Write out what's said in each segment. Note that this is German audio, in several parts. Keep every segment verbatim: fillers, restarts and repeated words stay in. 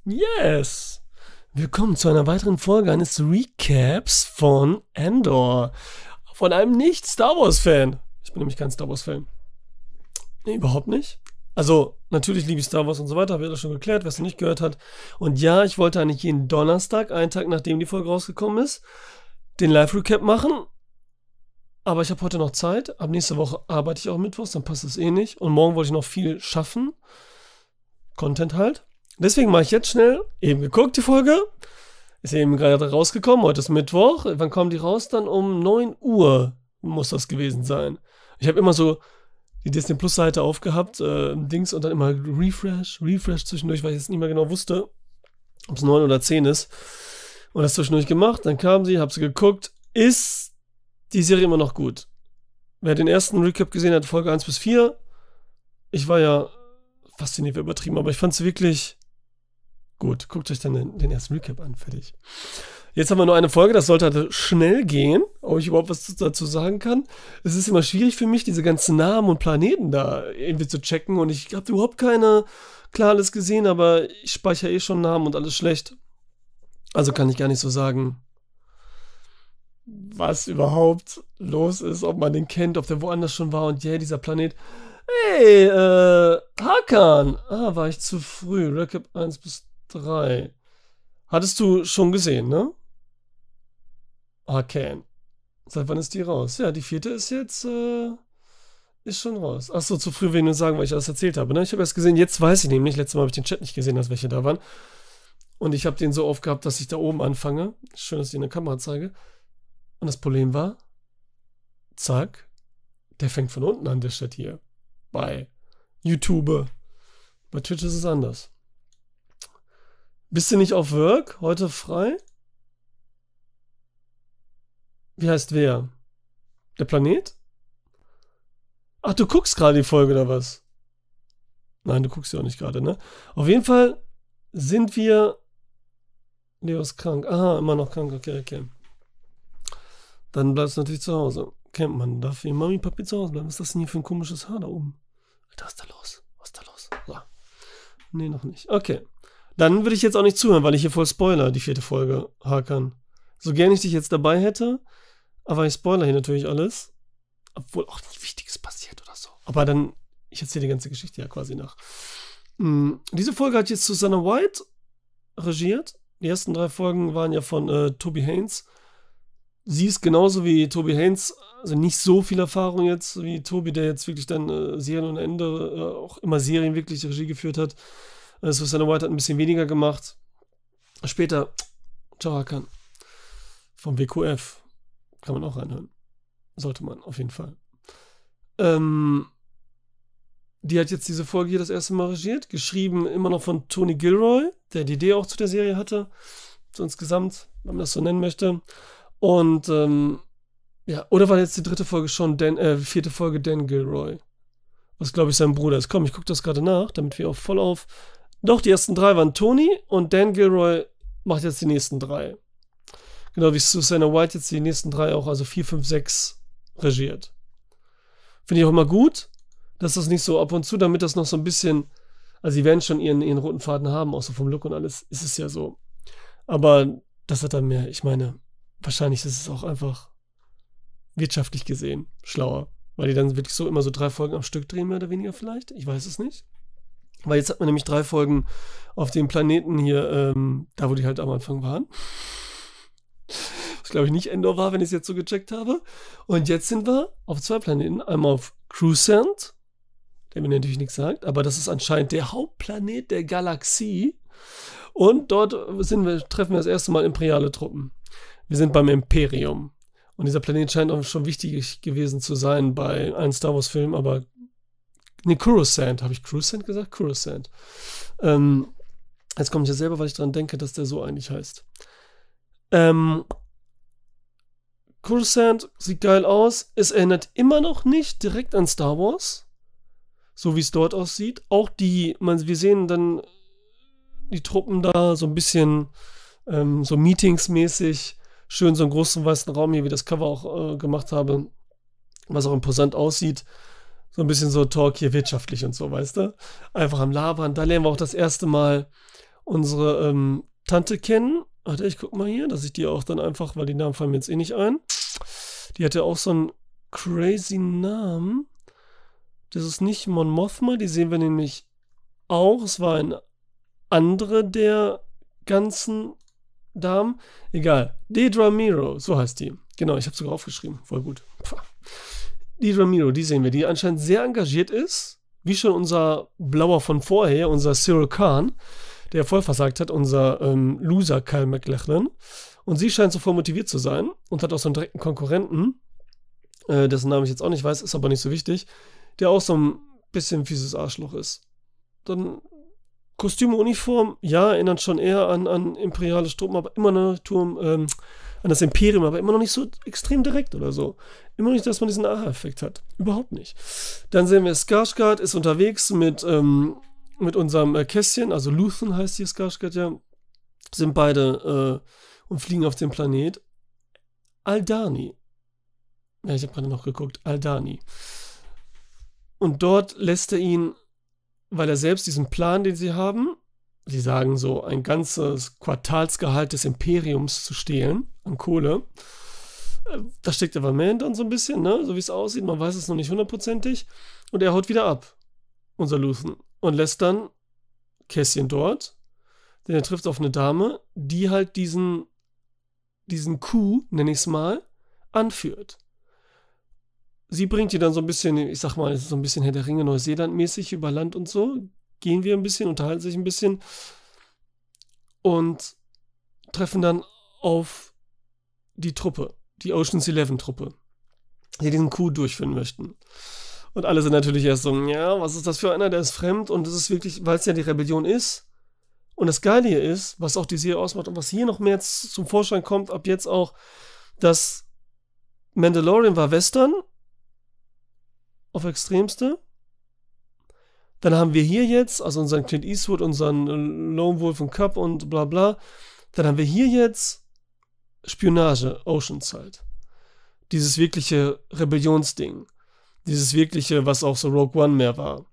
Yes! Willkommen zu einer weiteren Folge eines Recaps von Andor. Von einem Nicht-Star Wars-Fan. Ich bin nämlich kein Star Wars-Fan. Nee, überhaupt nicht. Also, natürlich liebe ich Star Wars und so weiter, habe ich das schon geklärt, wer es noch nicht gehört hat. Und ja, ich wollte eigentlich jeden Donnerstag, einen Tag nachdem die Folge rausgekommen ist, den Live-Recap machen. Aber ich habe heute noch Zeit. Ab nächste Woche arbeite ich auch mittwochs, dann passt es eh nicht. Und morgen wollte ich noch viel schaffen. Content halt. Deswegen mache ich jetzt schnell, eben geguckt die Folge, ist eben gerade rausgekommen, heute ist Mittwoch, wann kommen die raus? Dann um neun Uhr muss das gewesen sein. Ich habe immer so die Disney Plus Seite aufgehabt, äh, Dings und dann immer Refresh, Refresh zwischendurch, weil ich jetzt nicht mehr genau wusste, ob es neun oder zehn ist. Und das zwischendurch gemacht, dann kam sie, habe sie geguckt, ist die Serie immer noch gut. Wer den ersten Recap gesehen hat, Folge eins bis vier, ich war ja fasziniert, übertrieben, aber ich fand es wirklich gut. Guckt euch dann den, den ersten Recap an, fertig. Jetzt haben wir nur eine Folge, das sollte halt schnell gehen, ob ich überhaupt was dazu sagen kann. Es ist immer schwierig für mich, diese ganzen Namen und Planeten da irgendwie zu checken und ich habe überhaupt keine, klar alles gesehen, aber ich speichere eh schon Namen und alles schlecht. Also kann ich gar nicht so sagen, was überhaupt los ist, ob man den kennt, ob der woanders schon war und ja, yeah, dieser Planet. Hey, äh, Hakan. Ah, war ich zu früh. Recap eins bis drei. Hattest du schon gesehen, ne? Hakan. Seit wann ist die raus? Ja, die vierte ist jetzt, äh, ist schon raus. Achso, zu früh will ich nur sagen, weil ich alles erzählt habe, ne? Ich habe erst gesehen, jetzt weiß ich nämlich, letztes Mal habe ich den Chat nicht gesehen, dass welche da waren. Und ich habe den so aufgehabt, dass ich da oben anfange. Schön, dass ich in der Kamera zeige. Und das Problem war, zack, der fängt von unten an, der Chat hier. Bei YouTube. Bei Twitch ist es anders. Bist du nicht auf Work? Heute frei? Wie heißt wer? Der Planet? Ach, du guckst gerade die Folge oder was? Nein, du guckst ja auch nicht gerade, ne? Auf jeden Fall sind wir... Leo ist krank. Aha, immer noch krank. Okay, okay. Dann bleibst du natürlich zu Hause. Kennt man. Darf wie Mami, Papi zu Hause bleiben? Was ist das denn hier für ein komisches Haar da oben? Was ist da los? Was ist da los? So. Nee, noch nicht. Okay. Dann würde ich jetzt auch nicht zuhören, weil ich hier voll spoiler, die vierte Folge, Hakan. So gern ich dich jetzt dabei hätte, aber ich spoiler hier natürlich alles. Obwohl auch nichts Wichtiges passiert oder so. Aber dann, ich erzähle die ganze Geschichte ja quasi nach. Hm, diese Folge hat jetzt Susanna White regiert. Die ersten drei Folgen waren ja von äh, Toby Haynes. Sie ist genauso wie Toby Haynes, also nicht so viel Erfahrung jetzt wie Toby, der jetzt wirklich dann äh, Serien und Ende, äh, auch immer Serien wirklich Regie geführt hat. Äh, Susanna White hat ein bisschen weniger gemacht. Später, ciao Hakan, vom W Q F, kann man auch reinhören. Sollte man, auf jeden Fall. Ähm, die hat jetzt diese Folge hier das erste Mal regiert, geschrieben immer noch von Tony Gilroy, der die Idee auch zu der Serie hatte, so insgesamt, wenn man das so nennen möchte. Und, ähm, ja, oder war jetzt die dritte Folge schon, Dan, äh, vierte Folge Dan Gilroy? Was, glaube ich, sein Bruder ist. Komm, ich gucke das gerade nach, damit wir auch voll auf... Doch, die ersten drei waren Tony und Dan Gilroy macht jetzt die nächsten drei. Genau wie Susanna White jetzt die nächsten drei auch, also vier, fünf, sechs regiert. Finde ich auch immer gut, dass das nicht so ab und zu, damit das noch so ein bisschen... Also, sie werden schon ihren, ihren roten Faden haben, auch so vom Look und alles, ist es ja so. Aber das hat dann mehr, ich meine... Wahrscheinlich ist es auch einfach wirtschaftlich gesehen schlauer, weil die dann wirklich so immer so drei Folgen am Stück drehen, mehr oder weniger vielleicht. Ich weiß es nicht. Weil jetzt hat man nämlich drei Folgen auf dem Planeten hier, ähm, da wo die halt am Anfang waren. Was glaube ich nicht Endor war, wenn ich es jetzt so gecheckt habe. Und jetzt sind wir auf zwei Planeten. Einmal auf Cruisant, der mir natürlich nichts sagt, aber das ist anscheinend der Hauptplanet der Galaxie. Und dort sind wir, treffen wir das erste Mal imperiale Truppen. Wir sind beim Imperium. Und dieser Planet scheint auch schon wichtig gewesen zu sein bei einem Star Wars Film, aber ne, Coruscant, habe ich Coruscant gesagt? Coruscant. Ähm, jetzt komme ich ja selber, weil ich dran denke, dass der so eigentlich heißt. Ähm, Coruscant sieht geil aus. Es erinnert immer noch nicht direkt an Star Wars, so wie es dort aussieht. Auch die, man, wir sehen dann die Truppen da so ein bisschen ähm, so Meetings-mäßig. Schön so einen großen weißen Raum hier, wie das Cover auch äh, gemacht habe, was auch imposant aussieht. So ein bisschen so Talk hier wirtschaftlich und so, weißt du? Einfach am Labern. Da lernen wir auch das erste Mal unsere ähm, Tante kennen. Warte, ich guck mal hier, dass ich die auch dann einfach, weil die Namen fallen mir jetzt eh nicht ein. Die hatte auch so einen crazy Namen. Das ist nicht Mon Mothma, die sehen wir nämlich auch. Es war eine andere der ganzen Damen. Egal. Dedra Meero, so heißt die. Genau, ich habe sogar aufgeschrieben. Voll gut. Pah. Dedra Meero, die sehen wir, die anscheinend sehr engagiert ist. Wie schon unser Blauer von vorher, unser Cyril Khan, der voll versagt hat, unser ähm, Loser Kyle MacLachlan. Und sie scheint so voll motiviert zu sein und hat auch so einen direkten Konkurrenten, äh, dessen Namen ich jetzt auch nicht weiß, ist aber nicht so wichtig, der auch so ein bisschen fieses Arschloch ist. Dann Kostüme, Uniform, ja, erinnern schon eher an, an imperiale Truppen, aber immer noch Turm, ähm, an das Imperium, aber immer noch nicht so extrem direkt oder so. Immer noch nicht, dass man diesen Aha-Effekt hat. Überhaupt nicht. Dann sehen wir, Skarsgård ist unterwegs mit, ähm, mit unserem äh, Kästchen, also Luthen heißt hier Skarsgård ja, sind beide äh, und fliegen auf dem Planet Aldhani. Ja, ich habe gerade noch geguckt, Aldhani. Und dort lässt er ihn, weil er selbst diesen Plan, den sie haben, sie sagen so, ein ganzes Quartalsgehalt des Imperiums zu stehlen an Kohle. Da steckt aber mehr hinter so ein bisschen, ne? So wie es aussieht, man weiß es noch nicht hundertprozentig. Und er haut wieder ab, unser Luthen, und lässt dann Kässchen dort, denn er trifft auf eine Dame, die halt diesen, diesen Coup, nenne ich es mal, anführt. Sie bringt die dann so ein bisschen, ich sag mal, es ist so ein bisschen Herr der Ringe, Neuseeland-mäßig über Land und so. Gehen wir ein bisschen, unterhalten sich ein bisschen und treffen dann auf die Truppe, die Ocean's Eleven Truppe, die diesen Coup durchführen möchten. Und alle sind natürlich erst so, ja, was ist das für einer, der ist fremd, und das ist wirklich, weil es ja die Rebellion ist. Und das Geile hier ist, was auch die Serie ausmacht und was hier noch mehr zum Vorschein kommt, ab jetzt auch, dass Mandalorian war Western, auf Extremste. Dann haben wir hier jetzt, also unseren Clint Eastwood, unseren Lone Wolf und Cub und bla bla. Dann haben wir hier jetzt Spionage, Oceanside. Dieses wirkliche Rebellionsding. Dieses wirkliche, was auch so Rogue One mehr war.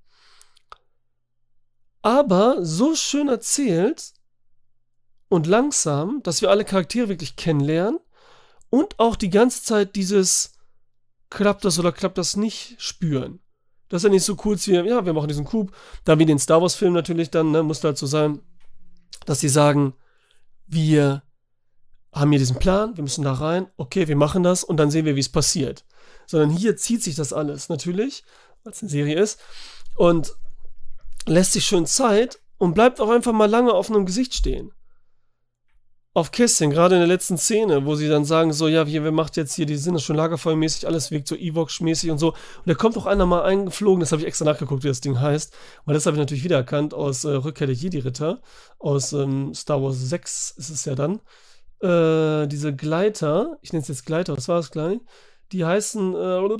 Aber so schön erzählt und langsam, dass wir alle Charaktere wirklich kennenlernen und auch die ganze Zeit dieses klappt das oder klappt das nicht spüren. Das ist ja nicht so cool wie, ja, wir machen diesen Coup, da wie den Star Wars Film natürlich dann, ne, muss halt so sein, dass sie sagen, wir haben hier diesen Plan, wir müssen da rein, okay, wir machen das und dann sehen wir, wie es passiert. Sondern hier zieht sich das alles natürlich, weil es eine Serie ist, und lässt sich schön Zeit und bleibt auch einfach mal lange auf einem Gesicht stehen. Auf Kästchen, gerade in der letzten Szene, wo sie dann sagen, so, ja, wir, wir macht jetzt hier, die sind schon lagerfeuermäßig, alles wirkt so Evox-mäßig und so. Und da kommt auch einer mal eingeflogen, das habe ich extra nachgeguckt, wie das Ding heißt, weil das habe ich natürlich wiedererkannt aus äh, Rückkehr der Jedi-Ritter, aus ähm, Star Wars sechs ist es ja dann. Äh, diese Gleiter, ich nenne es jetzt Gleiter, was war das gleich? Die heißen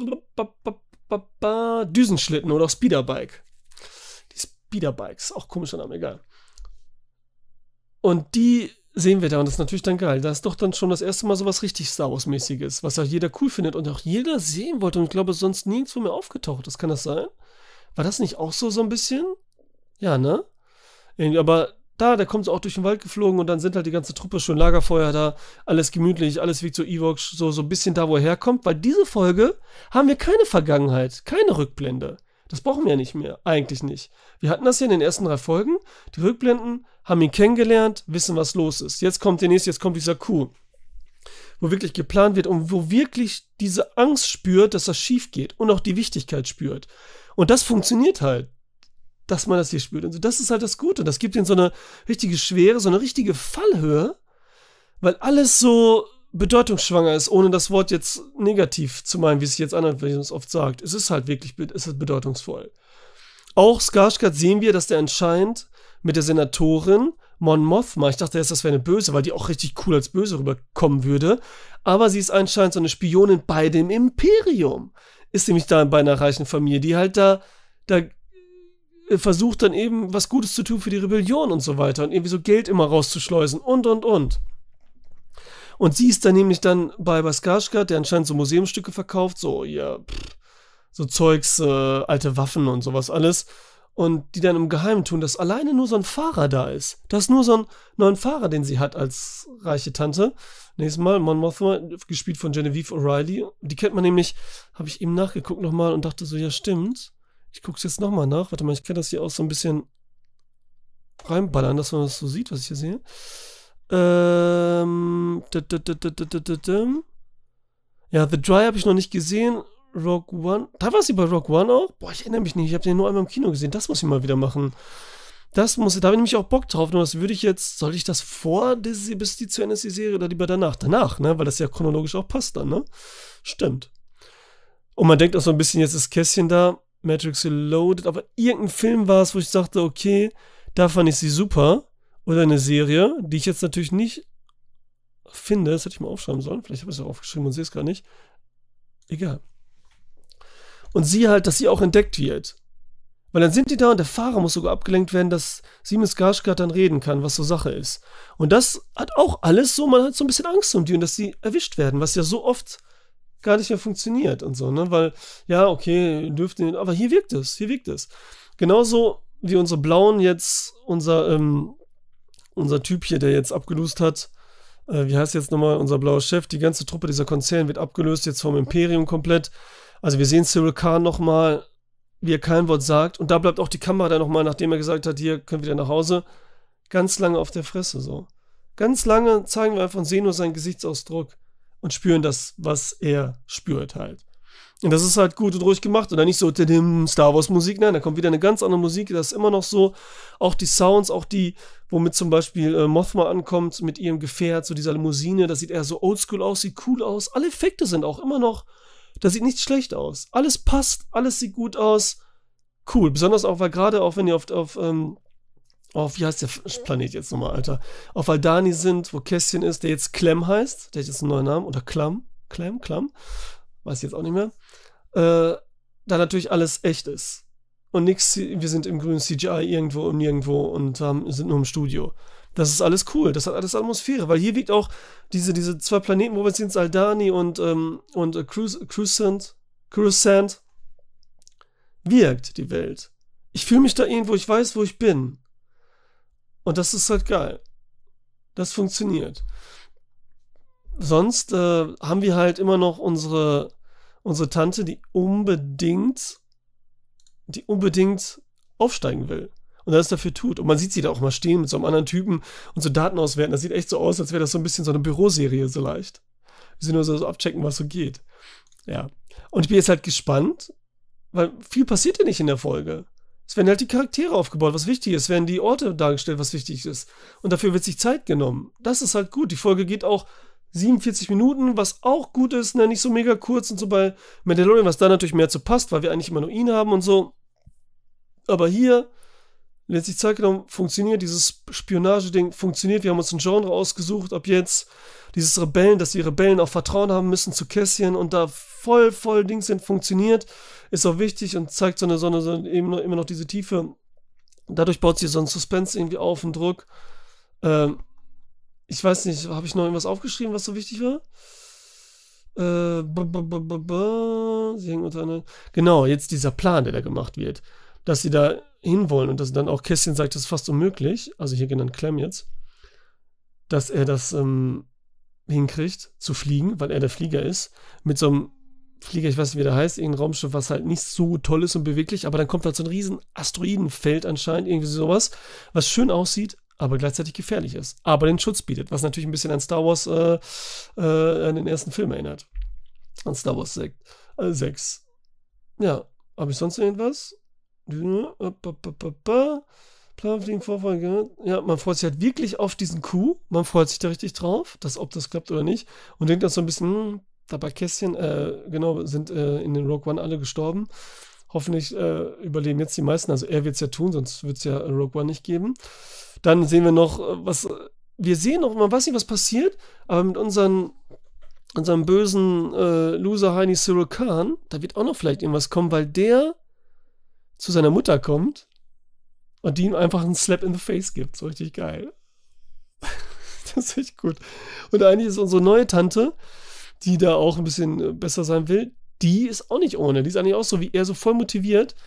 äh, Düsenschlitten oder auch Speederbike. Die Speederbikes, auch komischer Name, egal. Und die sehen wir da, und das ist natürlich dann geil. Da ist doch dann schon das erste Mal sowas richtig Star Wars-mäßiges, was auch jeder cool findet und auch jeder sehen wollte und ich glaube, sonst nirgendwo mehr aufgetaucht ist. Kann das sein? War das nicht auch so, so ein bisschen? Ja, ne? Aber da, der kommt so auch durch den Wald geflogen und dann sind halt die ganze Truppe schon Lagerfeuer da, alles gemütlich, alles wie so Evox, so, so ein bisschen da, wo er herkommt, weil diese Folge haben wir keine Vergangenheit, keine Rückblende. Das brauchen wir ja nicht mehr, eigentlich nicht. Wir hatten das ja in den ersten drei Folgen, die Rückblenden, haben ihn kennengelernt, wissen, was los ist. Jetzt kommt der nächste, jetzt kommt dieser Coup, wo wirklich geplant wird und wo wirklich diese Angst spürt, dass das schief geht und auch die Wichtigkeit spürt. Und das funktioniert halt, dass man das hier spürt. Und das ist halt das Gute. Das gibt ihnen so eine richtige Schwere, so eine richtige Fallhöhe, weil alles so bedeutungsschwanger ist, ohne das Wort jetzt negativ zu meinen, wie es sich jetzt anhört, wenn ich es oft sagt. Es ist halt wirklich es ist bedeutungsvoll. Auch Skarsgård sehen wir, dass der anscheinend mit der Senatorin Mon Mothma, ich dachte erst, das wäre eine Böse, weil die auch richtig cool als Böse rüberkommen würde, aber sie ist anscheinend so eine Spionin bei dem Imperium. Ist nämlich da bei einer reichen Familie, die halt da, da versucht dann eben was Gutes zu tun für die Rebellion und so weiter und irgendwie so Geld immer rauszuschleusen und, und, und. Und sie ist dann nämlich dann bei, bei Skarsgård, der anscheinend so Museumsstücke verkauft, so, ja, pff, so Zeugs, äh, alte Waffen und sowas alles. und die dann im Geheimen tun, dass alleine nur so ein Fahrer da ist. Das ist nur so ein neuen Fahrer, den sie hat als reiche Tante. Nächstes Mal Mon Mothma, gespielt von Genevieve O'Reilly. Die kennt man nämlich, habe ich eben nachgeguckt nochmal und dachte so, ja stimmt. Ich gucke es jetzt nochmal nach. Warte mal, ich kann das hier auch so ein bisschen reinballern, dass man das so sieht, was ich hier sehe. Ähm, ja, The Dry habe ich noch nicht gesehen. Rogue One. Da war sie bei Rogue One auch? Boah, ich erinnere mich nicht. Ich habe den nur einmal im Kino gesehen. Das muss ich mal wieder machen. Das muss ich, da habe ich nämlich auch Bock drauf. Nur das würde ich jetzt, soll ich das vor, die, bis die zu Ende ist, die Serie, oder lieber danach? Danach, ne? Weil das ja chronologisch auch passt dann, ne? Stimmt. Und man denkt auch so ein bisschen, jetzt ist Kässchen da, Matrix Reloaded, aber irgendein Film war es, wo ich sagte, okay, da fand ich sie super. Oder eine Serie, die ich jetzt natürlich nicht finde. Das hätte ich mal aufschreiben sollen. Vielleicht habe ich es auch aufgeschrieben und sehe es gar nicht. Egal. Und sie halt, dass sie auch entdeckt wird. Weil dann sind die da und der Fahrer muss sogar abgelenkt werden, dass Simon Skarsgård dann reden kann, was so Sache ist. Und das hat auch alles so, man hat so ein bisschen Angst um die und dass sie erwischt werden, was ja so oft gar nicht mehr funktioniert und so, ne? Weil, ja, okay, dürften, aber hier wirkt es, hier wirkt es. Genauso wie unsere Blauen jetzt, unser, ähm, unser Typ hier, der jetzt abgelöst hat, äh, wie heißt jetzt nochmal, unser blauer Chef, die ganze Truppe dieser Konzern wird abgelöst, jetzt vom Imperium komplett. Also wir sehen Cyril Khan nochmal, wie er kein Wort sagt. Und da bleibt auch die Kamera dann nochmal, nachdem er gesagt hat, hier, können wir wieder nach Hause, ganz lange auf der Fresse so. Ganz lange zeigen wir einfach und sehen nur seinen Gesichtsausdruck und spüren das, was er spürt halt. Und das ist halt gut und ruhig gemacht. Und dann nicht so Star Wars Musik, nein, da kommt wieder eine ganz andere Musik. Das ist immer noch so, auch die Sounds, auch die, womit zum Beispiel äh, Mothma ankommt mit ihrem Gefährt, so dieser Limousine, das sieht eher so oldschool aus, sieht cool aus. Alle Effekte sind auch immer noch, da sieht nichts schlecht aus. Alles passt, alles sieht gut aus. Cool, besonders auch, weil gerade auch, wenn ihr oft auf, ähm, auf, wie heißt der Planet jetzt nochmal, Alter, auf Aldani sind, wo Kässchen ist, der jetzt Clem heißt, der hat jetzt einen neuen Namen, oder Clam, Clem, Clam, weiß ich jetzt auch nicht mehr, äh, da natürlich alles echt ist. Und nix, wir sind im grünen C G I irgendwo und nirgendwo und ähm, sind nur im Studio. Das ist alles cool, das hat alles Atmosphäre, weil hier wiegt auch diese, diese zwei Planeten, wo wir sind, Aldani und, ähm, und äh, Coruscant, Coruscant, wirkt die Welt. Ich fühle mich da irgendwo, ich weiß, wo ich bin. Und das ist halt geil. Das funktioniert. Sonst äh, haben wir halt immer noch unsere, unsere Tante, die unbedingt, die unbedingt aufsteigen will. Und das dafür tut. Und man sieht sie da auch mal stehen mit so einem anderen Typen und so Daten auswerten. Das sieht echt so aus, als wäre das so ein bisschen so eine Büroserie, so leicht. Wir sind nur so, so abchecken, was so geht. Ja. Und ich bin jetzt halt gespannt, weil viel passiert ja nicht in der Folge. Es werden halt die Charaktere aufgebaut, was wichtig ist. Es werden die Orte dargestellt, was wichtig ist. Und dafür wird sich Zeit genommen. Das ist halt gut. Die Folge geht auch siebenundvierzig Minuten, was auch gut ist, ne? Nicht so mega kurz und so bei Mandalorian, was da natürlich mehr zu passt, weil wir eigentlich immer nur ihn haben und so. Aber hier wird sich Zeit genommen, funktioniert, dieses Spionage-Ding funktioniert. Wir haben uns ein Genre ausgesucht, ab jetzt dieses Rebellen, dass die Rebellen auch Vertrauen haben müssen zu Kässchen und da voll, voll Dings sind, funktioniert, ist auch wichtig und zeigt so eine, so eine, so eine eben noch, immer noch diese Tiefe. Dadurch baut sich so ein Suspense irgendwie auf, einen Druck. Ähm, ich weiß nicht, habe ich noch irgendwas aufgeschrieben, was so wichtig war? Äh, b -b -b -b -b sie hängen unter einer. Genau, jetzt dieser Plan, der da gemacht wird, dass sie da hinwollen und dass dann auch Kässchen sagt, das ist fast unmöglich, also hier genannt Clem jetzt, dass er das ähm, hinkriegt, zu fliegen, weil er der Flieger ist, mit so einem Flieger, ich weiß nicht, wie der heißt, irgendein Raumschiff, was halt nicht so toll ist und beweglich, aber dann kommt halt so ein riesen Asteroidenfeld anscheinend, irgendwie sowas, was schön aussieht, aber gleichzeitig gefährlich ist, aber den Schutz bietet, was natürlich ein bisschen an Star Wars, äh, äh, an den ersten Film erinnert. An Star Wars sechs. Ja, habe ich sonst irgendwas? Planfliegen, Vorfolge. Ja, man freut sich halt wirklich auf diesen Coup. Man freut sich da richtig drauf, dass, ob das klappt oder nicht. Und denkt dann so ein bisschen, hm, dabei Kässchen, äh, genau, sind äh, in den Rogue One alle gestorben. Hoffentlich äh, überleben jetzt die meisten. Also er wird es ja tun, sonst wird es ja Rogue One nicht geben. Dann sehen wir noch, was, wir sehen noch, man weiß nicht, was passiert, aber mit unseren unserem bösen äh, Loser Heini Cyril Khan, da wird auch noch vielleicht irgendwas kommen, weil der zu seiner Mutter kommt und die ihm einfach einen Slap in the Face gibt. So richtig geil. Das ist echt gut. Und eigentlich ist unsere neue Tante, die da auch ein bisschen besser sein will, die ist auch nicht ohne. Die ist eigentlich auch so wie er, so voll motiviert.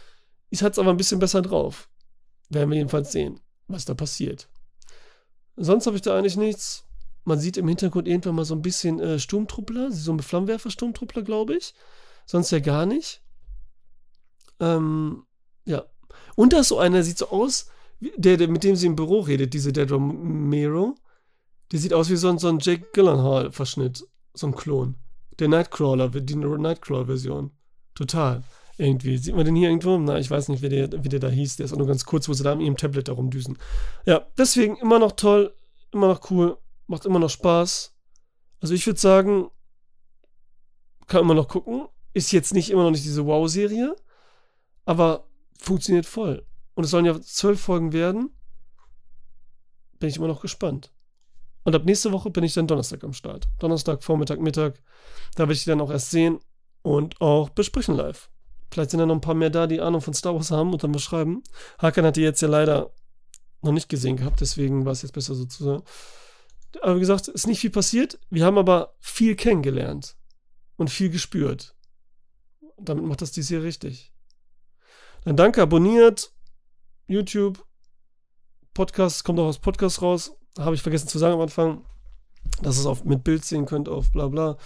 ist hat's aber ein bisschen besser drauf. Werden wir jedenfalls sehen, was da passiert. Sonst habe ich da eigentlich nichts. Man sieht im Hintergrund irgendwann mal so ein bisschen äh, Sturmtruppler, so ein Flammenwerfer-Sturmtruppler, glaube ich. Sonst ja gar nicht. Ähm, ja. Und da ist so einer, der sieht so aus, der, der, mit dem sie im Büro redet, diese Dead Romero. Der sieht aus wie so ein, so ein Jake Gyllenhaal-Verschnitt. So ein Klon. Der Nightcrawler, die Nightcrawler-Version. Total. Irgendwie. Sieht man den hier irgendwo? Na, ich weiß nicht, wie der, wie der da hieß. Der ist auch nur ganz kurz, wo sie da mit ihrem Tablet da rumdüsen. Ja, deswegen immer noch toll, immer noch cool, macht immer noch Spaß. Also ich würde sagen, kann immer noch gucken. Ist jetzt nicht immer noch nicht diese Wow-Serie, aber funktioniert voll. Und es sollen ja zwölf Folgen werden. Bin ich immer noch gespannt. Und ab nächste Woche bin ich dann Donnerstag am Start. Donnerstag, Vormittag, Mittag. Da werde ich die dann auch erst sehen und auch besprechen live. Vielleicht sind ja noch ein paar mehr da, die Ahnung von Star Wars haben und dann was schreiben. Hakan hat die jetzt ja leider noch nicht gesehen gehabt, deswegen war es jetzt besser so zu sagen. Aber wie gesagt, ist nicht viel passiert. Wir haben aber viel kennengelernt und viel gespürt. Und damit macht das die Serie richtig. Dann danke, abonniert, YouTube, Podcast, kommt auch aus Podcast raus. Habe ich vergessen zu sagen am Anfang, dass ihr es auch mit Bild sehen könnt auf bla bla.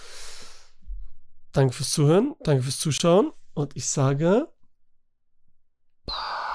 Danke fürs Zuhören, danke fürs Zuschauen und ich sage Bye.